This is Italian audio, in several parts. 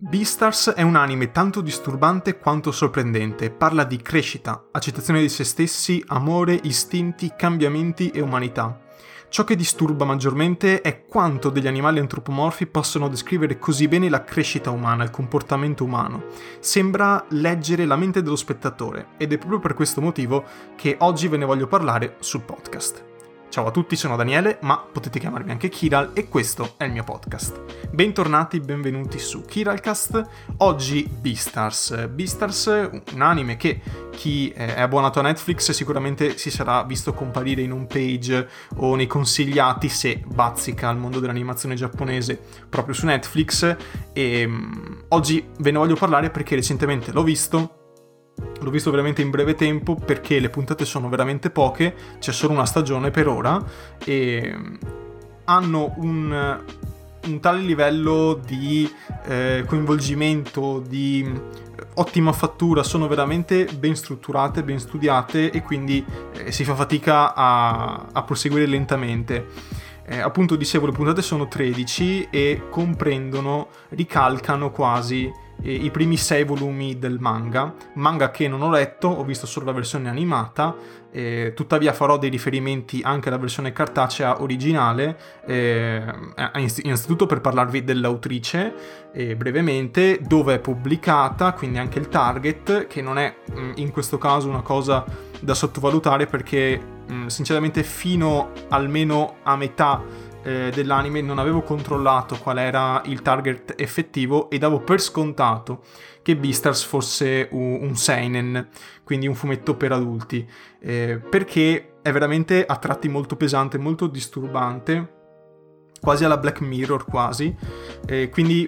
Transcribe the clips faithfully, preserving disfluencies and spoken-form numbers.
Beastars è un anime tanto disturbante quanto sorprendente. Parla di crescita, accettazione di se stessi, amore, istinti, cambiamenti e umanità. Ciò che disturba maggiormente è quanto degli animali antropomorfi possono descrivere così bene la crescita umana, il comportamento umano. Sembra leggere la mente dello spettatore, ed è proprio per questo motivo che oggi ve ne voglio parlare sul podcast. Ciao a tutti, sono Daniele, ma potete chiamarmi anche Kiral e questo è il mio podcast. Bentornati, benvenuti su Kiralcast. Oggi Beastars. Beastars, un anime che chi è abbonato a Netflix sicuramente si sarà visto comparire in un page o nei consigliati se bazzica al mondo dell'animazione giapponese proprio su Netflix. E um, oggi ve ne voglio parlare perché recentemente l'ho visto. L'ho visto veramente in breve tempo perché le puntate sono veramente poche, c'è solo una stagione per ora e hanno un, un tale livello di eh, coinvolgimento, di ottima fattura, sono veramente ben strutturate, ben studiate e quindi eh, si fa fatica a, a proseguire lentamente. Eh, appunto dicevo, le puntate sono tredici e comprendono, ricalcano quasi i primi sei volumi del manga, manga che non ho letto, ho visto solo la versione animata, eh, tuttavia farò dei riferimenti anche alla versione cartacea originale, eh, innanzitutto per parlarvi dell'autrice eh, brevemente, dove è pubblicata, quindi anche il target, che non è mh, in questo caso una cosa da sottovalutare perché mh, sinceramente fino almeno a metà dell'anime non avevo controllato qual era il target effettivo e davo per scontato che Beastars fosse un, un seinen, quindi un fumetto per adulti, eh, perché è veramente a tratti molto pesante, molto disturbante, quasi alla Black Mirror quasi, eh, quindi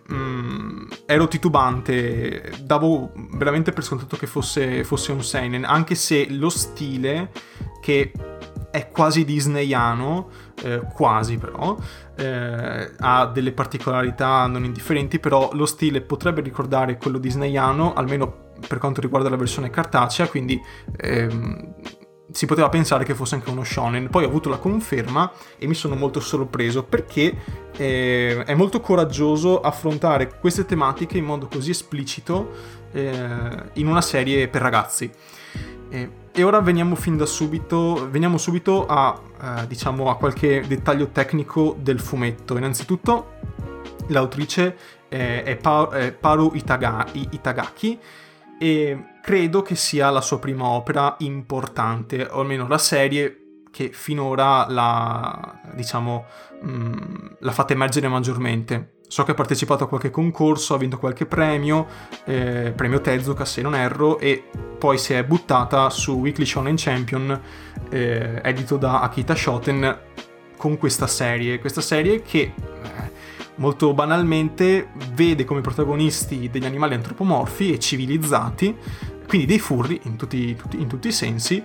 mm, ero titubante, davo veramente per scontato che fosse, fosse un seinen, anche se lo stile, che è quasi disneyano, eh, quasi però, eh, ha delle particolarità non indifferenti, però lo stile potrebbe ricordare quello disneyano, almeno per quanto riguarda la versione cartacea, quindi ehm, si poteva pensare che fosse anche uno shonen. Poi ho avuto la conferma e mi sono molto sorpreso perché eh, è molto coraggioso affrontare queste tematiche in modo così esplicito eh, in una serie per ragazzi. Eh, E ora veniamo fin da subito, veniamo subito a, eh, diciamo, a qualche dettaglio tecnico del fumetto. Innanzitutto, l'autrice è, è, pa- è Paru Itaga- Itagaki e credo che sia la sua prima opera importante, o almeno la serie che finora la, diciamo, mh, la fate emergere maggiormente. So che ha partecipato a qualche concorso, ha vinto qualche premio, eh, premio Tezuka se non erro, e poi si è buttata su Weekly Shonen Champion, eh, edito da Akita Shoten, con questa serie. Questa serie che, eh, molto banalmente, vede come protagonisti degli animali antropomorfi e civilizzati, quindi dei furri in tutti, tutti, in tutti i sensi,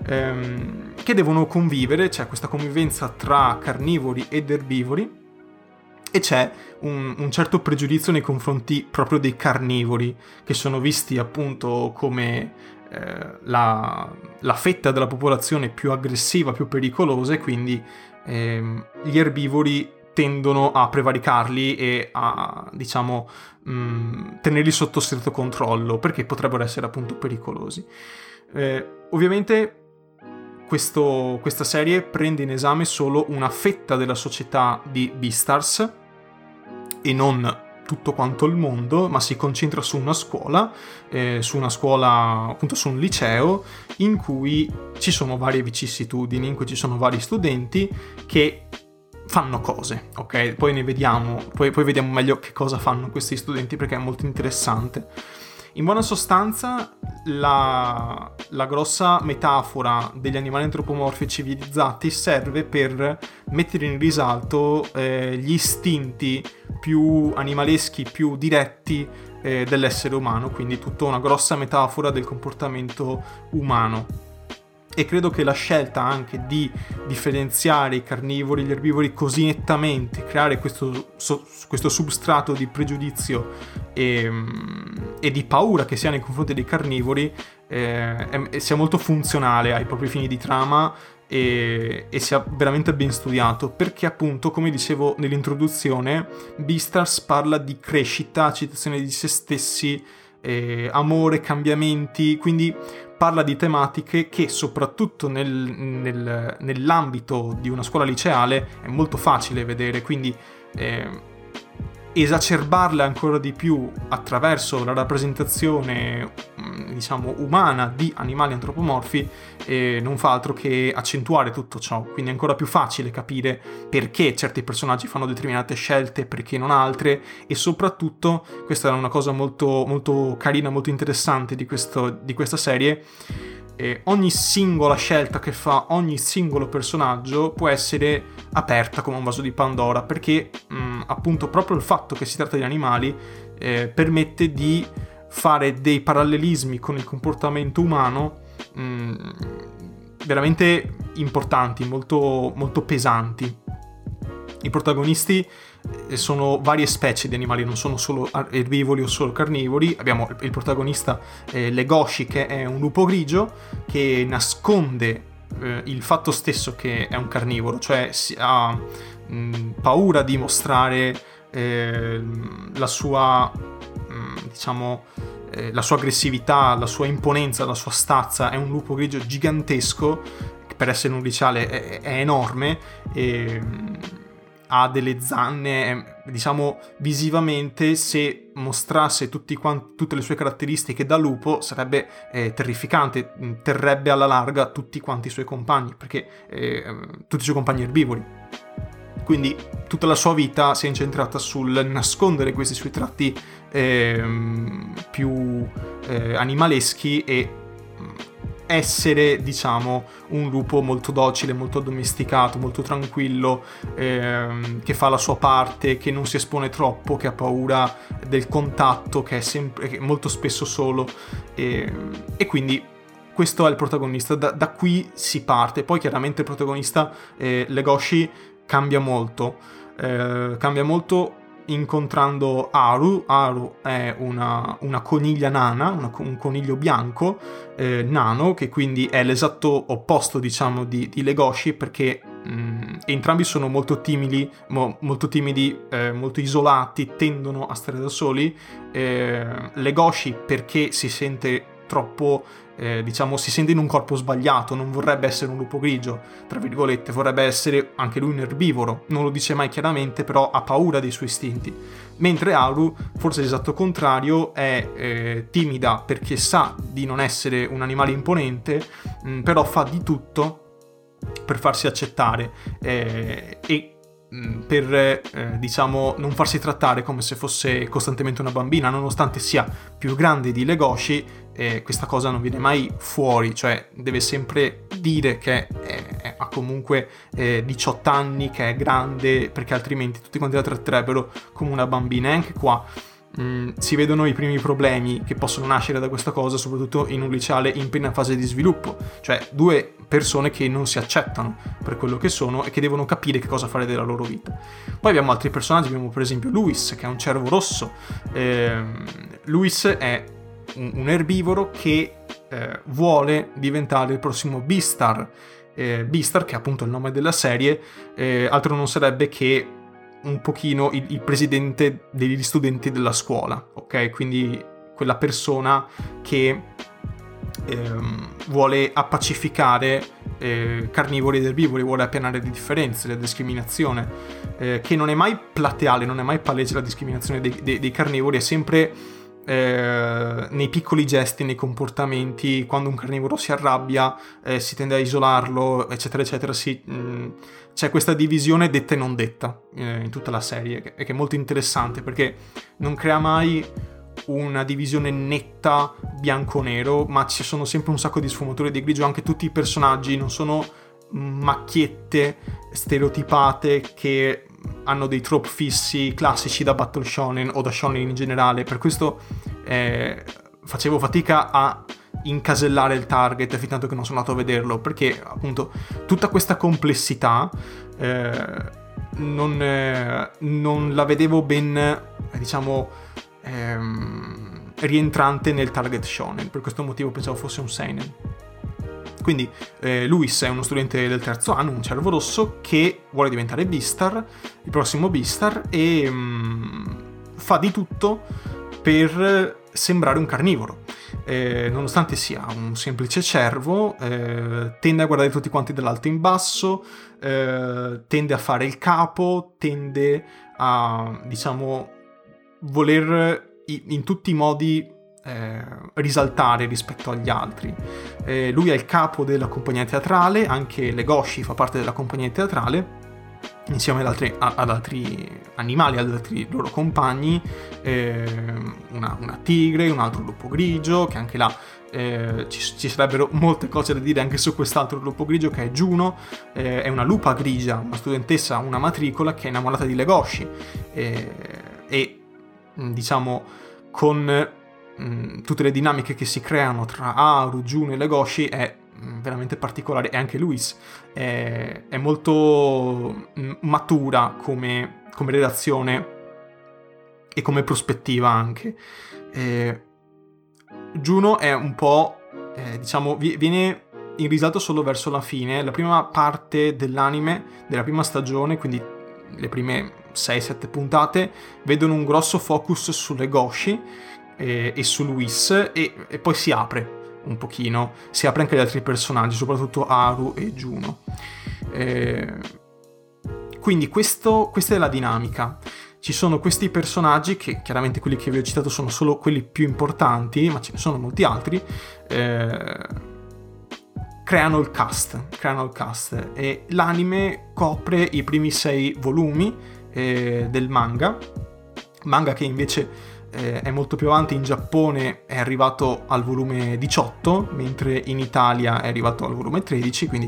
ehm, che devono convivere, c'è questa convivenza tra carnivori ed erbivori, e c'è un, un certo pregiudizio nei confronti proprio dei carnivori, che sono visti appunto come eh, la, la fetta della popolazione più aggressiva, più pericolosa, e quindi ehm, gli erbivori tendono a prevaricarli e a, diciamo, mh, tenerli sotto stretto controllo, perché potrebbero essere appunto pericolosi. Eh, ovviamente questo, questa serie prende in esame solo una fetta della società di Beastars, e non tutto quanto il mondo, ma si concentra su una scuola, eh, su una scuola, appunto su un liceo, in cui ci sono varie vicissitudini, in cui ci sono vari studenti che fanno cose, ok? Poi ne vediamo, poi, poi vediamo meglio che cosa fanno questi studenti perché è molto interessante. In buona sostanza, la, la grossa metafora degli animali antropomorfi civilizzati serve per mettere in risalto eh, gli istinti più animaleschi, più diretti eh, dell'essere umano, quindi tutta una grossa metafora del comportamento umano. E credo che la scelta anche di differenziare i carnivori e gli erbivori così nettamente, creare questo, so, questo substrato di pregiudizio e, e di paura che si ha nei confronti dei carnivori eh, è, sia molto funzionale ai propri fini di trama e, e sia veramente ben studiato, perché appunto, come dicevo nell'introduzione, Beastars parla di crescita, accettazione di se stessi, eh, amore, cambiamenti, quindi parla di tematiche che soprattutto nel, nel, nell'ambito di una scuola liceale è molto facile vedere, quindi eh, esacerbarle ancora di più attraverso la rappresentazione diciamo umana di animali antropomorfi eh, non fa altro che accentuare tutto ciò, quindi è ancora più facile capire perché certi personaggi fanno determinate scelte, perché non altre, e soprattutto questa è una cosa molto, molto carina, molto interessante di, questo, di questa serie. Eh, ogni singola scelta che fa ogni singolo personaggio può essere aperta come un vaso di Pandora, perché mh, appunto proprio il fatto che si tratta di animali eh, permette di fare dei parallelismi con il comportamento umano mh, veramente importanti, molto, molto pesanti. I protagonisti sono varie specie di animali, non sono solo erbivori o solo carnivori. Abbiamo il protagonista eh, Legoshi, che è un lupo grigio che nasconde eh, il fatto stesso che è un carnivoro, cioè si ha mh, paura di mostrare eh, la sua mh, diciamo eh, la sua aggressività, la sua imponenza, la sua stazza. È un lupo grigio gigantesco, che per essere un liceale è, è enorme e ha delle zanne, diciamo visivamente se mostrasse tutti quanti, tutte le sue caratteristiche da lupo sarebbe eh, terrificante, terrebbe alla larga tutti quanti i suoi compagni, perché eh, tutti i suoi compagni erbivori. Quindi tutta la sua vita si è incentrata sul nascondere questi suoi tratti eh, più eh, animaleschi e essere, diciamo, un lupo molto docile, molto addomesticato, molto tranquillo, ehm, che fa la sua parte, che non si espone troppo, che ha paura del contatto, che è sempre, che è molto spesso solo, e, e quindi questo è il protagonista. Da, da qui si parte. Poi chiaramente il protagonista eh, Legoshi cambia molto, eh, cambia molto incontrando Haru. Haru è una, una coniglia nana, una, un coniglio bianco eh, nano, che quindi è l'esatto opposto, diciamo, di, di Legoshi, perché mh, entrambi sono molto timidi, mo, molto timidi, eh, molto isolati, tendono a stare da soli. eh, Legoshi perché si sente troppo Eh, diciamo si sente in un corpo sbagliato, non vorrebbe essere un lupo grigio, tra virgolette, vorrebbe essere anche lui un erbivoro, non lo dice mai chiaramente, però ha paura dei suoi istinti. Mentre Haru, forse l'esatto contrario, è eh, timida perché sa di non essere un animale imponente, mh, però fa di tutto per farsi accettare eh, e per eh, diciamo non farsi trattare come se fosse costantemente una bambina, nonostante sia più grande di Legoshi. Eh, questa cosa non viene mai fuori, cioè deve sempre dire che è, è, ha comunque eh, diciotto anni, che è grande, perché altrimenti tutti quanti la tratterebbero come una bambina. E anche qua mh, si vedono i primi problemi che possono nascere da questa cosa, soprattutto in un liceale in piena fase di sviluppo, cioè due persone che non si accettano per quello che sono e che devono capire che cosa fare della loro vita. Poi abbiamo altri personaggi, abbiamo per esempio Luis, che è un cervo rosso. eh, Luis è un, un erbivoro che eh, vuole diventare il prossimo Beastar. eh, Beastar, che è appunto il nome della serie, eh, altro non sarebbe che un pochino il, il presidente degli studenti della scuola, ok? Quindi quella persona che ehm, vuole appacificare eh, carnivori ed erbivori, vuole appianare le differenze, la discriminazione, eh, che non è mai plateale, non è mai palese la discriminazione dei, dei, dei carnivori, è sempre eh, nei piccoli gesti, nei comportamenti. Quando un carnivoro si arrabbia eh, si tende a isolarlo, eccetera eccetera. Si, mh, c'è questa divisione detta e non detta eh, in tutta la serie, che, che è molto interessante, perché non crea mai una divisione netta bianco-nero, ma ci sono sempre un sacco di sfumature di grigio. Anche tutti i personaggi non sono macchiette stereotipate che hanno dei trope fissi classici da battle shonen o da shonen in generale. Per questo eh, facevo fatica a incasellare il target fin tanto che non sono andato a vederlo, perché appunto tutta questa complessità eh, non, eh, non la vedevo ben, eh, diciamo, ehm, rientrante nel target shonen. Per questo motivo pensavo fosse un seinen. Quindi eh, Luis è uno studente del terzo anno, un cervo rosso, che vuole diventare Beastar, il prossimo Beastar, e mh, fa di tutto per sembrare un carnivoro. Eh, nonostante sia un semplice cervo, eh, tende a guardare tutti quanti dall'alto in basso, eh, tende a fare il capo, tende a, diciamo, voler in tutti i modi eh, risaltare rispetto agli altri. Eh, lui è il capo della compagnia teatrale, anche Legoshi fa parte della compagnia teatrale, insieme ad altri, ad altri animali, ad altri loro compagni, eh, una, una tigre, un altro lupo grigio, che anche là eh, ci, ci sarebbero molte cose da dire anche su quest'altro lupo grigio, che è Juno. Eh, è una lupa grigia, una studentessa, una matricola, che è innamorata di Legoshi, eh, e diciamo con mh, tutte le dinamiche che si creano tra Haru, Juno e Legoshi è veramente particolare. E anche Luis è, è molto matura come, come redazione e come prospettiva anche. Eh, Juno è un po', eh, diciamo, viene in risalto solo verso la fine. La prima parte dell'anime, della prima stagione, quindi le prime sei sette puntate, vedono un grosso focus su Legoshi eh, e su Luis, e, e poi si apre un pochino, si apre anche agli altri personaggi, soprattutto Haru e Juno. Eh, quindi questo, questa è la dinamica. Ci sono questi personaggi, che chiaramente quelli che vi ho citato sono solo quelli più importanti, ma ce ne sono molti altri, eh, creano il cast, creano il cast, e l'anime copre i primi sei volumi eh, del manga, manga che invece è molto più avanti. In Giappone è arrivato al volume diciotto, mentre in Italia è arrivato al volume tredici, quindi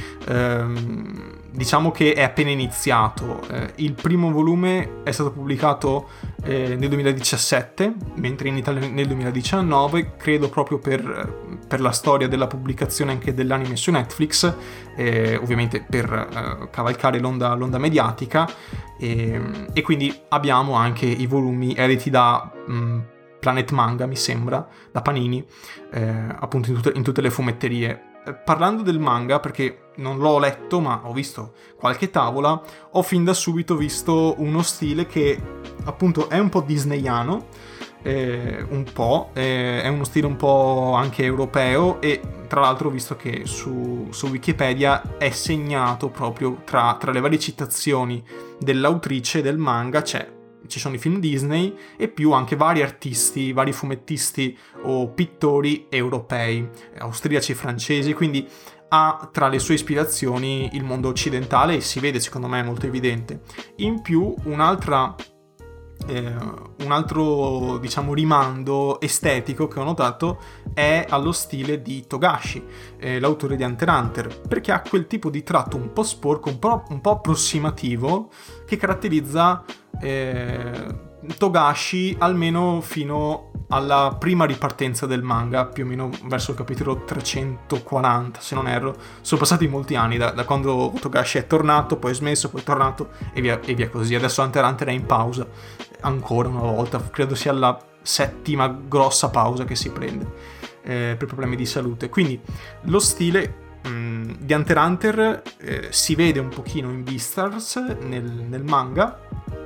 ehm, diciamo che è appena iniziato. Eh, il primo volume è stato pubblicato eh, nel duemiladiciassette, mentre in Italia nel duemiladiciannove, credo proprio per, per la storia della pubblicazione anche dell'anime su Netflix, eh, ovviamente per eh, cavalcare l'onda, l'onda mediatica. E, e quindi abbiamo anche i volumi editi da mh, Planet Manga, mi sembra, da Panini, eh, appunto in tutte, in tutte le fumetterie. Eh, parlando del manga, perché non l'ho letto ma ho visto qualche tavola, ho fin da subito visto uno stile che appunto è un po' disneyano, eh, un po', eh, è uno stile un po' anche europeo, e tra l'altro ho visto che su, su Wikipedia è segnato proprio tra, tra le varie citazioni dell'autrice del manga, c'è, ci sono i film Disney e più anche vari artisti, vari fumettisti o pittori europei, austriaci, francesi, quindi ha tra le sue ispirazioni il mondo occidentale, e si vede, secondo me è molto evidente. In più un'altra Eh, un altro, diciamo, rimando estetico che ho notato è allo stile di Togashi, eh, l'autore di Hunter x Hunter, perché ha quel tipo di tratto un po' sporco, un po', un po' approssimativo, che caratterizza eh, Togashi almeno fino alla prima ripartenza del manga, più o meno verso il capitolo trecentoquaranta, se non erro. Sono passati molti anni da, da quando Togashi è tornato, poi è smesso, poi è tornato e via, e via così. Adesso Hunter x Hunter è in pausa ancora una volta, credo sia la settima grossa pausa che si prende eh, per problemi di salute. Quindi lo stile mh, di Hunter x Hunter eh, si vede un pochino in Beastars nel, nel manga,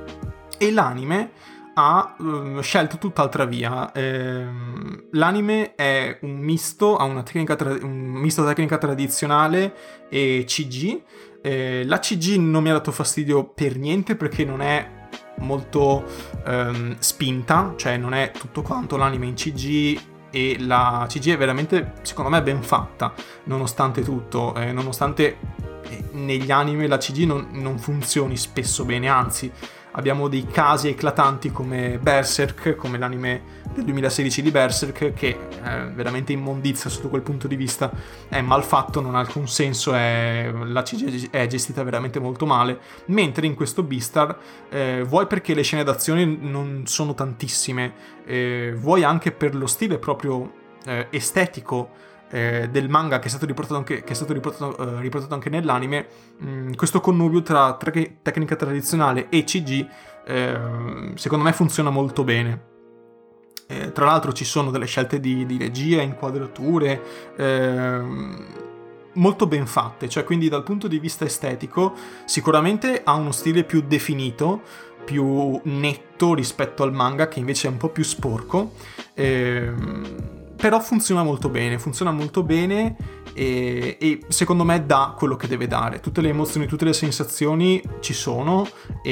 e l'anime ha uh, scelto tutt'altra via. Eh, l'anime è un misto, ha una tecnica tra- un misto tecnica tradizionale e C G. Eh, la C G non mi ha dato fastidio per niente, perché non è molto um, spinta, cioè non è tutto quanto l'anime in C G, e la C G è veramente, secondo me, ben fatta, nonostante tutto, eh, nonostante eh, negli anime la C G non, non funzioni spesso bene, anzi abbiamo dei casi eclatanti come Berserk, come l'anime del duemilasedici di Berserk, che è veramente immondizia sotto quel punto di vista, è mal fatto, non ha alcun senso, è, la C G è gestita veramente molto male, mentre in questo Beastar, eh, vuoi perché le scene d'azione non sono tantissime, eh, vuoi anche per lo stile proprio eh, estetico eh, del manga che è stato riportato anche, che è stato riportato, eh, riportato anche nell'anime, mh, questo connubio tra tre- tecnica tradizionale e C G eh, secondo me funziona molto bene. Eh, tra l'altro ci sono delle scelte di, di regia, inquadrature eh, molto ben fatte, cioè quindi dal punto di vista estetico sicuramente ha uno stile più definito, più netto rispetto al manga che invece è un po' più sporco, eh, però funziona molto bene, funziona molto bene e, e secondo me dà quello che deve dare, tutte le emozioni, tutte le sensazioni ci sono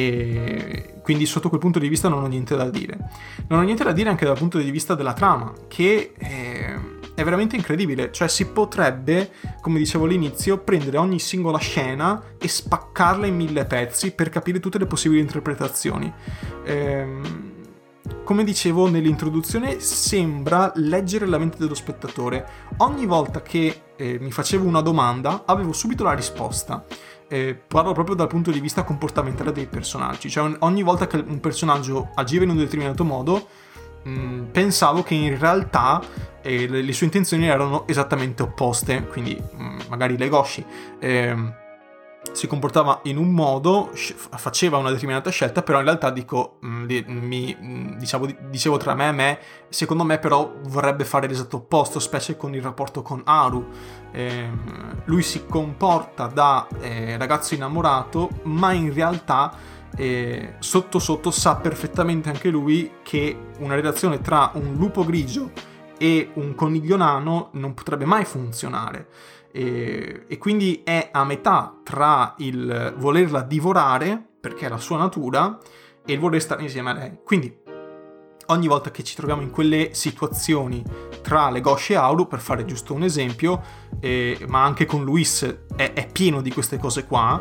e quindi sotto quel punto di vista non ho niente da dire. Non ho niente da dire anche dal punto di vista della trama, che è, è veramente incredibile, cioè si potrebbe, come dicevo all'inizio, prendere ogni singola scena e spaccarla in mille pezzi per capire tutte le possibili interpretazioni. Ehm, come dicevo nell'introduzione, sembra leggere la mente dello spettatore. Ogni volta che eh, mi facevo una domanda, avevo subito la risposta. Eh, parlo proprio dal punto di vista comportamentale dei personaggi, cioè ogni volta che un personaggio agiva in un determinato modo mh, pensavo che in realtà eh, le, le sue intenzioni erano esattamente opposte, quindi mh, magari Legoshi eh, si comportava in un modo, faceva una determinata scelta, però in realtà dico, mh, mi, mh, diciamo, dicevo tra me e me, secondo me però vorrebbe fare l'esatto opposto, specie con il rapporto con Haru. Eh, lui si comporta da eh, ragazzo innamorato, ma in realtà eh, sotto sotto sa perfettamente anche lui che una relazione tra un lupo grigio e un coniglio nano non potrebbe mai funzionare. E, e quindi è a metà tra il volerla divorare, perché è la sua natura, e il voler stare insieme a lei. Quindi ogni volta che ci troviamo in quelle situazioni tra Legoshi e Haru, per fare giusto un esempio, eh, ma anche con Luis è, è pieno di queste cose qua,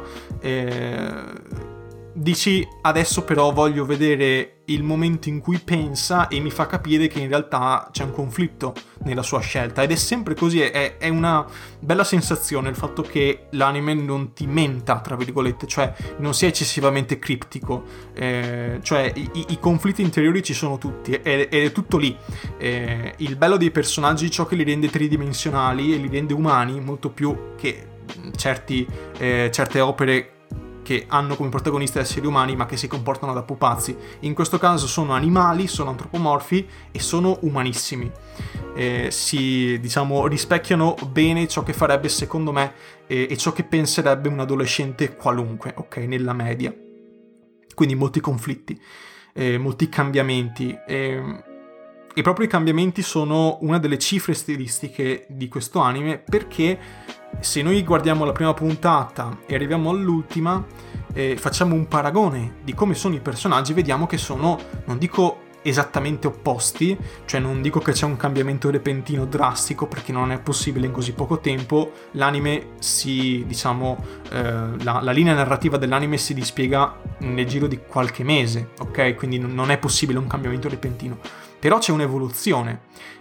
eh, dici adesso però voglio vedere il momento in cui pensa e mi fa capire che in realtà c'è un conflitto nella sua scelta, ed è sempre così, è, è una bella sensazione il fatto che l'anime non ti menta, tra virgolette, cioè non sia eccessivamente criptico, eh, cioè i, i conflitti interiori ci sono tutti ed è tutto lì. Eh, il bello dei personaggi, ciò che li rende tridimensionali e li rende umani molto più che certi, eh, certe opere che hanno come protagonisti esseri umani ma che si comportano da pupazzi. In questo caso sono animali, sono antropomorfi e sono umanissimi. Eh, si, diciamo, rispecchiano bene ciò che farebbe, secondo me, eh, e ciò che penserebbe un adolescente qualunque, ok, nella media. Quindi molti conflitti, eh, molti cambiamenti. Eh, e proprio i cambiamenti sono una delle cifre stilistiche di questo anime, perché se noi guardiamo la prima puntata e arriviamo all'ultima, eh, facciamo un paragone di come sono i personaggi, vediamo che sono, non dico esattamente opposti, cioè non dico che c'è un cambiamento repentino drastico, perché non è possibile in così poco tempo. L'anime si, diciamo, eh, la, la linea narrativa dell'anime si dispiega nel giro di qualche mese, ok? Quindi non è possibile un cambiamento repentino, però c'è un'evoluzione.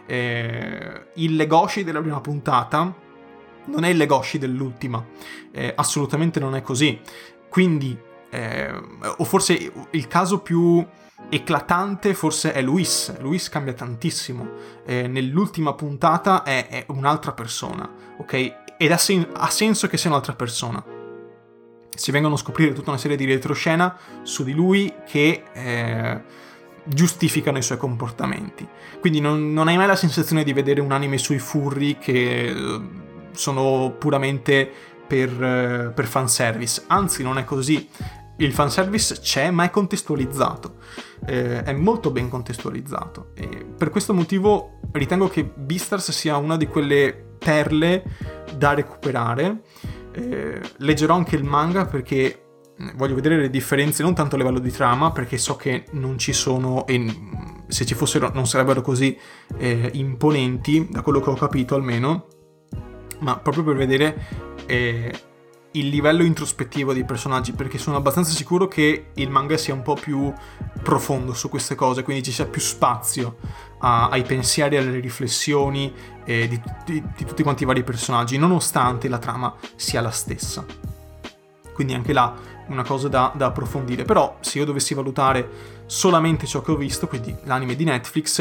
Eh, il Legoshi della prima puntata non è il Legoshi dell'ultima, eh, assolutamente non è così. Quindi, eh, o forse il caso più eclatante forse è Luis. Luis cambia tantissimo, eh, nell'ultima puntata è, è un'altra persona, ok? Ed ha, sen- ha senso che sia un'altra persona. Si vengono a scoprire tutta una serie di retroscena su di lui che eh, giustificano i suoi comportamenti. Quindi non, non hai mai la sensazione di vedere un anime sui furry che eh, sono puramente per, eh, per fanservice. Anzi, non è così. Il fanservice c'è, ma è contestualizzato, eh, è molto ben contestualizzato, e per questo motivo ritengo che Beastars sia una di quelle perle da recuperare. Eh, leggerò anche il manga perché voglio vedere le differenze, non tanto a livello di trama, perché so che non ci sono, e se ci fossero non sarebbero così eh, imponenti, da quello che ho capito almeno, ma proprio per vedere eh, il livello introspettivo dei personaggi, perché sono abbastanza sicuro che il manga sia un po' più profondo su queste cose, quindi ci sia più spazio a, ai pensieri, alle riflessioni eh, di, di, di tutti quanti i vari personaggi, nonostante la trama sia la stessa. Quindi anche là una cosa da, da approfondire. Però se io dovessi valutare solamente ciò che ho visto, quindi l'anime di Netflix,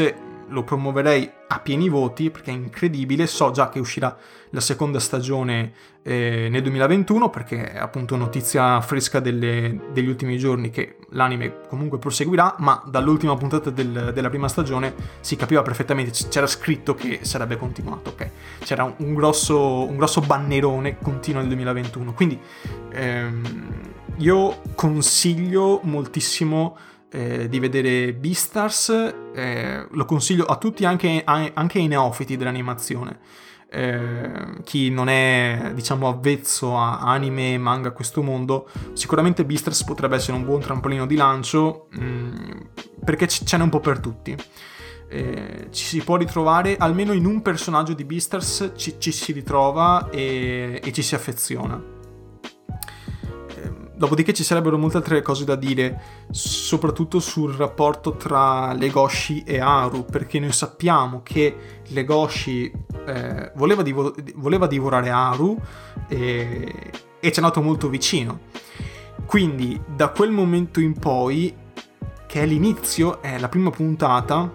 lo promuoverei a pieni voti perché è incredibile. So già che uscirà la seconda stagione eh, nel duemilaventuno, perché è appunto notizia fresca delle, degli ultimi giorni che l'anime comunque proseguirà, ma dall'ultima puntata del, della prima stagione si capiva perfettamente, c'era scritto che sarebbe continuato, ok? C'era un, un grosso un grosso bannerone continuo nel duemilaventuno, quindi ehm, io consiglio moltissimo Eh, di vedere Beastars, eh, lo consiglio a tutti, anche, anche ai neofiti dell'animazione. Eh, chi non è, diciamo, avvezzo a anime, manga, a questo mondo, sicuramente Beastars potrebbe essere un buon trampolino di lancio, mh, perché c- ce n'è un po' per tutti. Eh, ci si può ritrovare, almeno in un personaggio di Beastars ci, ci si ritrova e, e ci si affeziona. Dopodiché ci sarebbero molte altre cose da dire, soprattutto sul rapporto tra Legoshi e Haru, perché noi sappiamo che Legoshi eh, voleva, divo- voleva divorare Haru e, e ci è andato molto vicino. Quindi da quel momento in poi, che è l'inizio, è la prima puntata,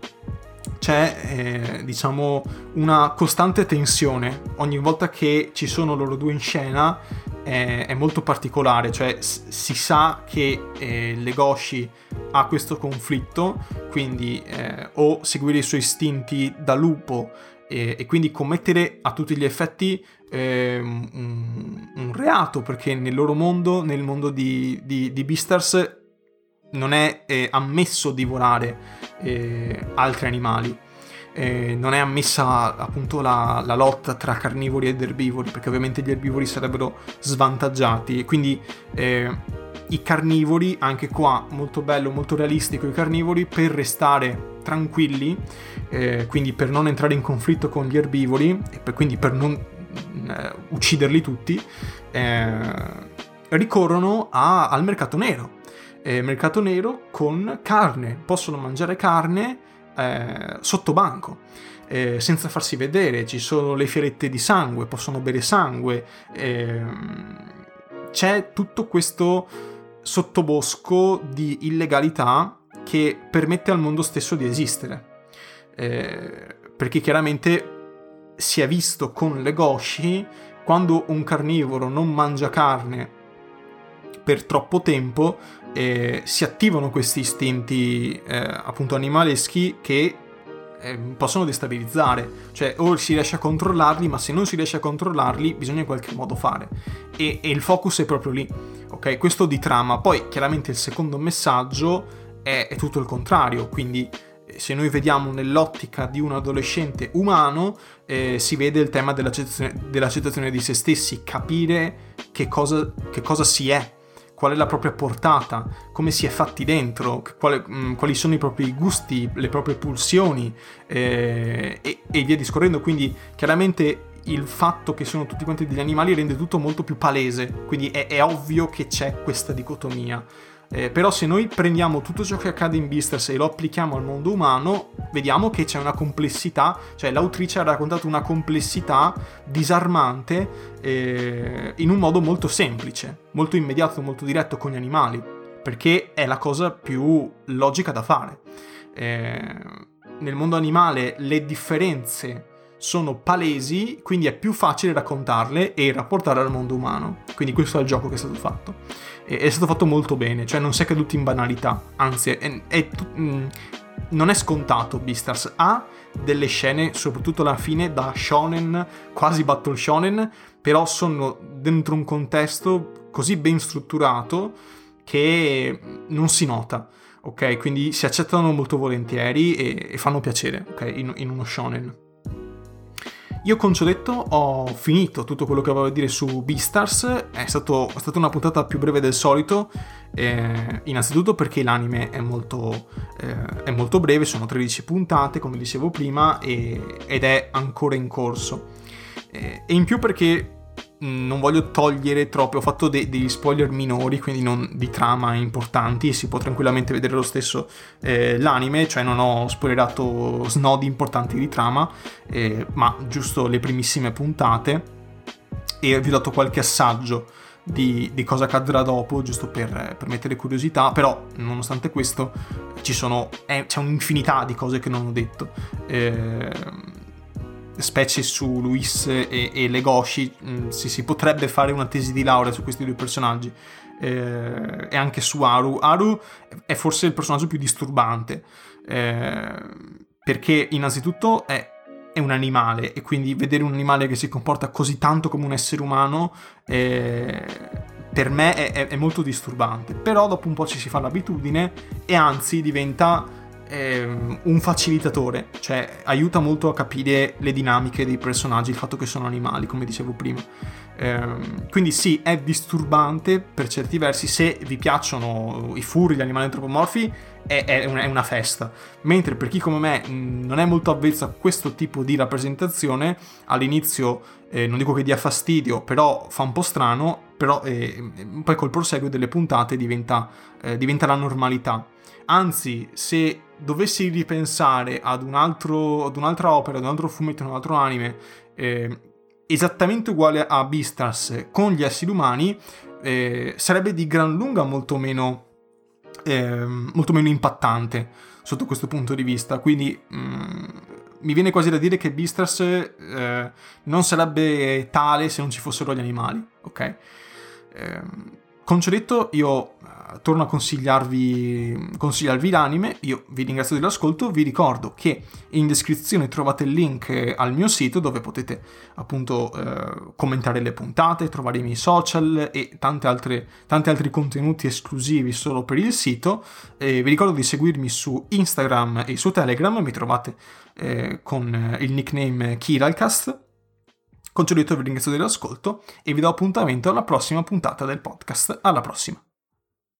c'è eh, diciamo una costante tensione. Ogni volta che ci sono loro due in scena è, è molto particolare, cioè s- si sa che eh, Legoshi ha questo conflitto, quindi eh, o seguire i suoi istinti da lupo e, e quindi commettere a tutti gli effetti eh, un, un reato, perché nel loro mondo, nel mondo di, di, di Beastars, non è eh, ammesso divorare eh, altri animali. Eh, non è ammessa appunto la, la lotta tra carnivori ed erbivori, perché ovviamente gli erbivori sarebbero svantaggiati, quindi eh, i carnivori, anche qua molto bello, molto realistico, i carnivori per restare tranquilli, eh, quindi per non entrare in conflitto con gli erbivori e per, quindi per non eh, ucciderli tutti, eh, ricorrono a, al mercato nero. Eh, mercato nero con carne, possono mangiare carne eh, sotto banco, eh, senza farsi vedere. Ci sono le fialette di sangue, possono bere sangue, eh, c'è tutto questo sottobosco di illegalità che permette al mondo stesso di esistere, eh, perché chiaramente si è visto con Legoshi, quando un carnivoro non mangia carne per troppo tempo, eh, si attivano questi istinti eh, appunto animaleschi che eh, possono destabilizzare, cioè o si riesce a controllarli, ma se non si riesce a controllarli bisogna in qualche modo fare, e, e il focus è proprio lì, ok? Questo di trama. Poi chiaramente il secondo messaggio è, è tutto il contrario, quindi se noi vediamo nell'ottica di un adolescente umano, eh, si vede il tema dell'accettazione, dell'accettazione di se stessi, capire che cosa, che cosa si è, qual è la propria portata, come si è fatti dentro, quale, mh, quali sono i propri gusti, le proprie pulsioni, eh, e, e via discorrendo. Quindi chiaramente il fatto che sono tutti quanti degli animali rende tutto molto più palese, quindi è, è ovvio che c'è questa dicotomia. Eh, però se noi prendiamo tutto ciò che accade in Beastars e lo applichiamo al mondo umano, vediamo che c'è una complessità, cioè l'autrice ha raccontato una complessità disarmante eh, in un modo molto semplice, molto immediato, molto diretto con gli animali, perché è la cosa più logica da fare. Eh, nel mondo animale le differenze sono palesi, quindi è più facile raccontarle e rapportarle al mondo umano. Quindi questo è il gioco che è stato fatto. E è stato fatto molto bene, cioè non si è caduti in banalità, anzi è, è, mh, non è scontato. Beastars ha delle scene, soprattutto alla fine, da shonen, quasi battle shonen, però sono dentro un contesto così ben strutturato che non si nota, ok? Quindi si accettano molto volentieri e, e fanno piacere, ok? In, in uno shonen. Io con ciò detto ho finito tutto quello che avevo da dire su Beastars. È, stato, è stata una puntata più breve del solito, eh, innanzitutto perché l'anime è molto, eh, è molto breve, sono tredici puntate come dicevo prima, e, ed è ancora in corso, eh, e in più perché non voglio togliere troppo, ho fatto de- degli spoiler minori, quindi non di trama importanti, si può tranquillamente vedere lo stesso eh, l'anime, cioè non ho spoilerato snodi importanti di trama, eh, ma giusto le primissime puntate, e vi ho dato qualche assaggio di, di cosa accadrà dopo, giusto per, per mettere curiosità, però nonostante questo ci sono, eh, c'è un'infinità di cose che non ho detto, eh, specie su Luis e, e Legoshi. mh, si, si potrebbe fare una tesi di laurea su questi due personaggi, eh, e anche su Haru. Haru è forse il personaggio più disturbante, eh, perché innanzitutto è è un animale, e quindi vedere un animale che si comporta così tanto come un essere umano, eh, per me è, è, è molto disturbante. Però dopo un po' ci si fa l'abitudine, e anzi diventa eh, un facilitatore, cioè aiuta molto a capire le dinamiche dei personaggi, il fatto che sono animali, come dicevo prima. Eh, quindi sì, è disturbante per certi versi. Se vi piacciono i furri, gli animali antropomorfi, è, è, una, è una festa. Mentre per chi come me mh, non è molto avvezzo a questo tipo di rappresentazione, all'inizio eh, non dico che dia fastidio, però fa un po' strano, però eh, poi col proseguo delle puntate diventa, eh, diventa la normalità. Anzi, se dovessi ripensare ad un altro, ad un'altra opera, ad un altro fumetto, ad un altro anime eh, esattamente uguale a Beastars con gli esseri umani, eh, sarebbe di gran lunga molto meno eh, molto meno impattante sotto questo punto di vista. Quindi mh, mi viene quasi da dire che Beastars eh, non sarebbe tale se non ci fossero gli animali, ok? Eh, con ciò detto, io uh, torno a consigliarvi, consigliarvi l'anime. Io vi ringrazio dell'ascolto, vi ricordo che in descrizione trovate il link eh, al mio sito, dove potete appunto eh, commentare le puntate, trovare i miei social e tante altre, tanti altri contenuti esclusivi solo per il sito. Eh, vi ricordo di seguirmi su Instagram e su Telegram, mi trovate eh, con il nickname Kiralcast. Con ciò detto vi ringrazio dell'ascolto e vi do appuntamento alla prossima puntata del podcast. Alla prossima!